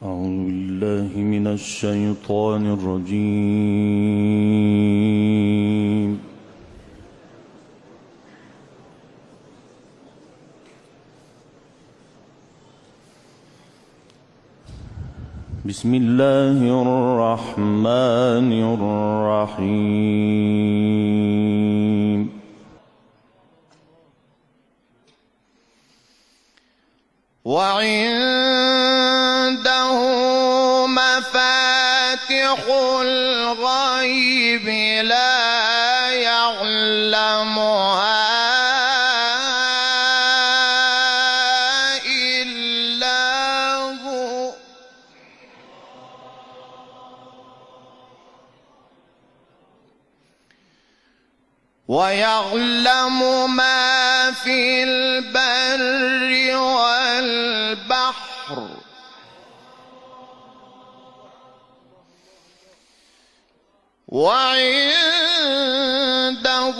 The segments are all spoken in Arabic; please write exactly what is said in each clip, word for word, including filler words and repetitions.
أعوذ بالله من الشيطان الرجيم. بسم الله الرحمن الرحيم. وعنده مفاتح الغيب لا يعلمها إلا هو ويعلم ما في البر والبحر وعنده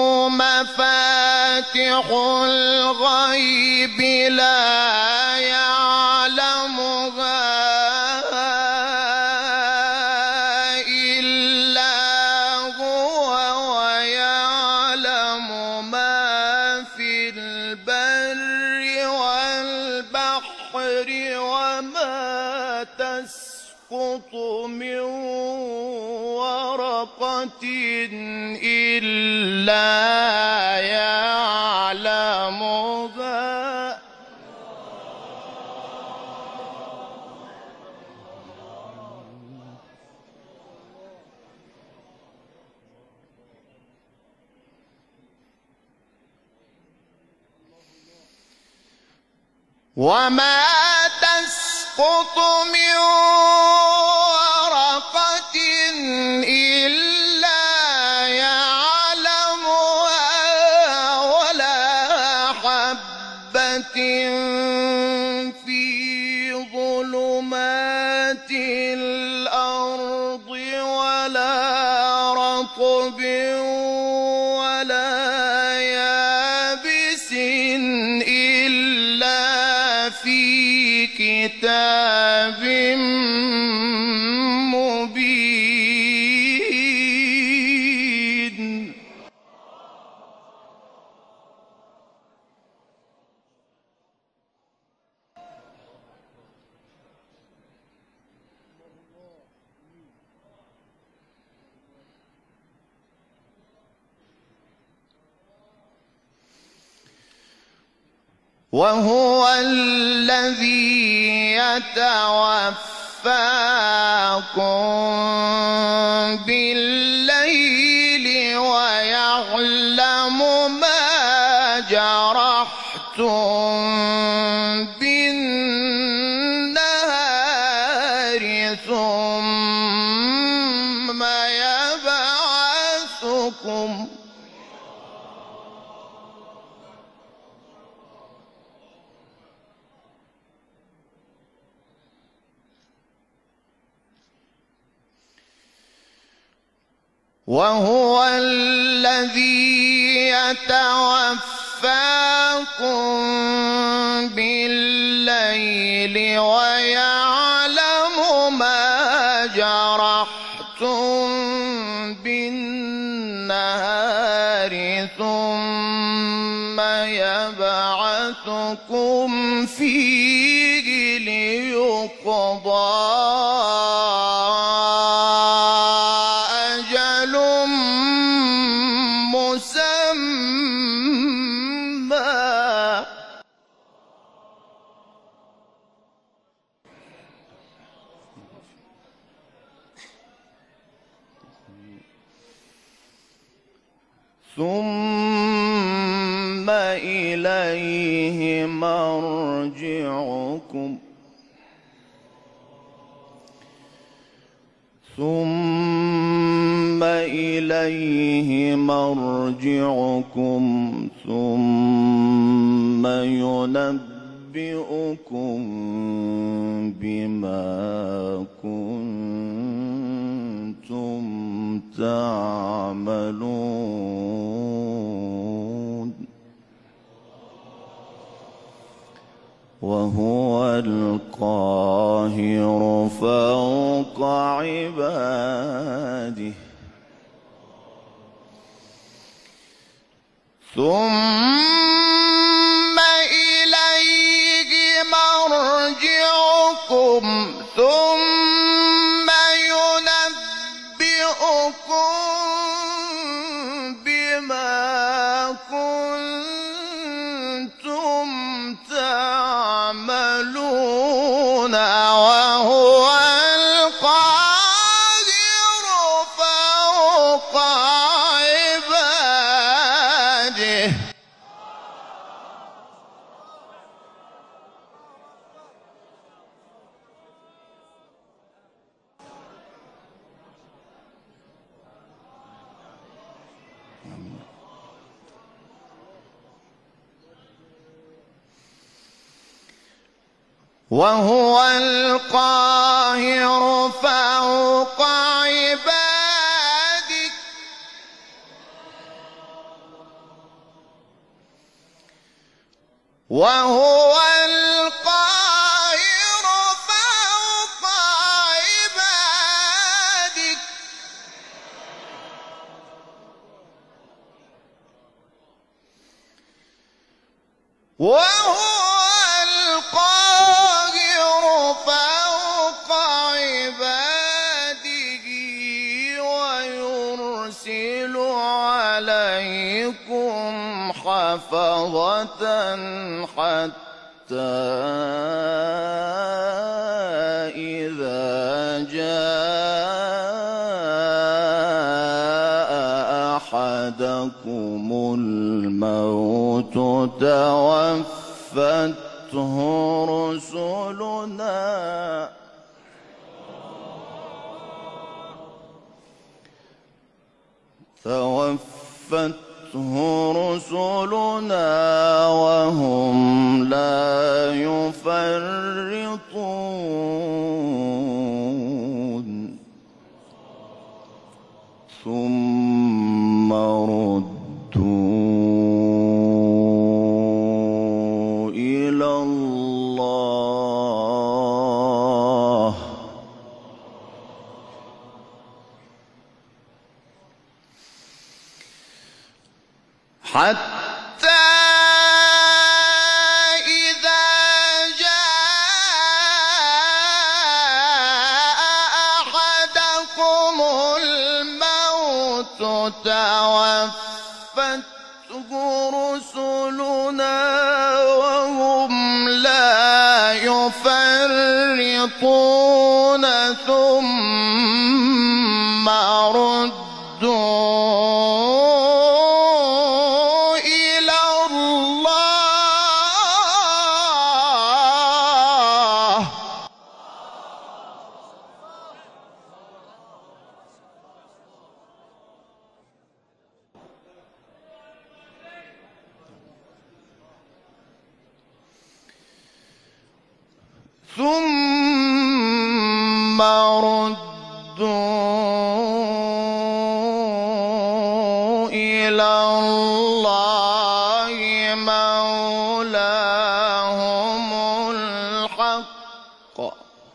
مفاتح الغيب لا يعلمها إلا هو ويعلم ما في البر والبحر وما تسقط من ورقة إلا يعلمها وما تسقط من ورقة إلا يعلمها ولا حبة في ظلمات الأرض ولا رطب ولا يابس إلا في كتاب مبين. وهو الذي يتوفاكم بالليل ويعلم ما جرحتم بالنهار ثم يبعثكم وهو الذي يتوفاكم بالليل ويعلم ما جرحتم بالنهار ثم يبعثكم فيه ليقضى ثم إليه مرجعكم ثم إليه مرجعكم ثم ينبئكم بما كنتم تعملون وهو القاهر فوق عباده ثم إليه مرجعكم ثم ينبئكم بما كنتم تعملون وهو القاهر فوق عباده وهو القاهر فوق عباده وهو القاهر فوق عباده وهو حفظة حتى إذا جاء أحدكم الموت توفته رسلنا توفته رسلنا وهم لا يفرطون ثم ردوا إلى الله حتى إذا جاء أحدكم الموت توفته رسلنا وهم لا يفرطون ثم ردوا ثم ردوا إلى الله مولاهم الحق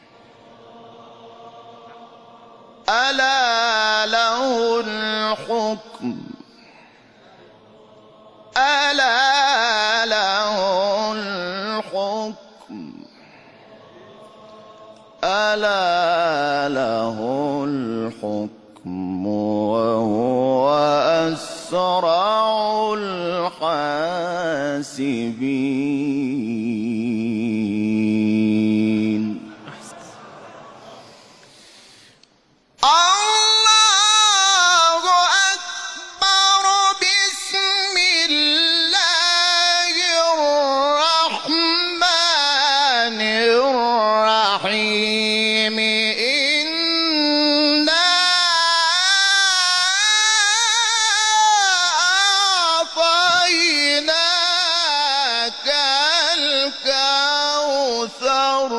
ألا له الحكم ألا له الحكم ألا له الحكم وهو أسرع الحاسبين الله أكبر بسم الله الرحمن الرحيم إنا أعطيناك الكوثر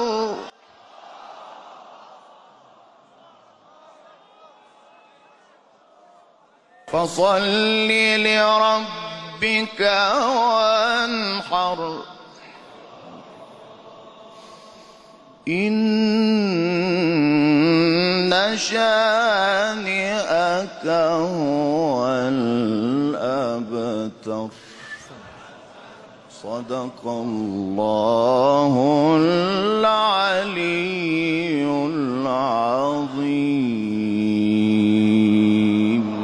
فصل لربك وانحر إن شانئك هو الأبتر. صدق الله العلي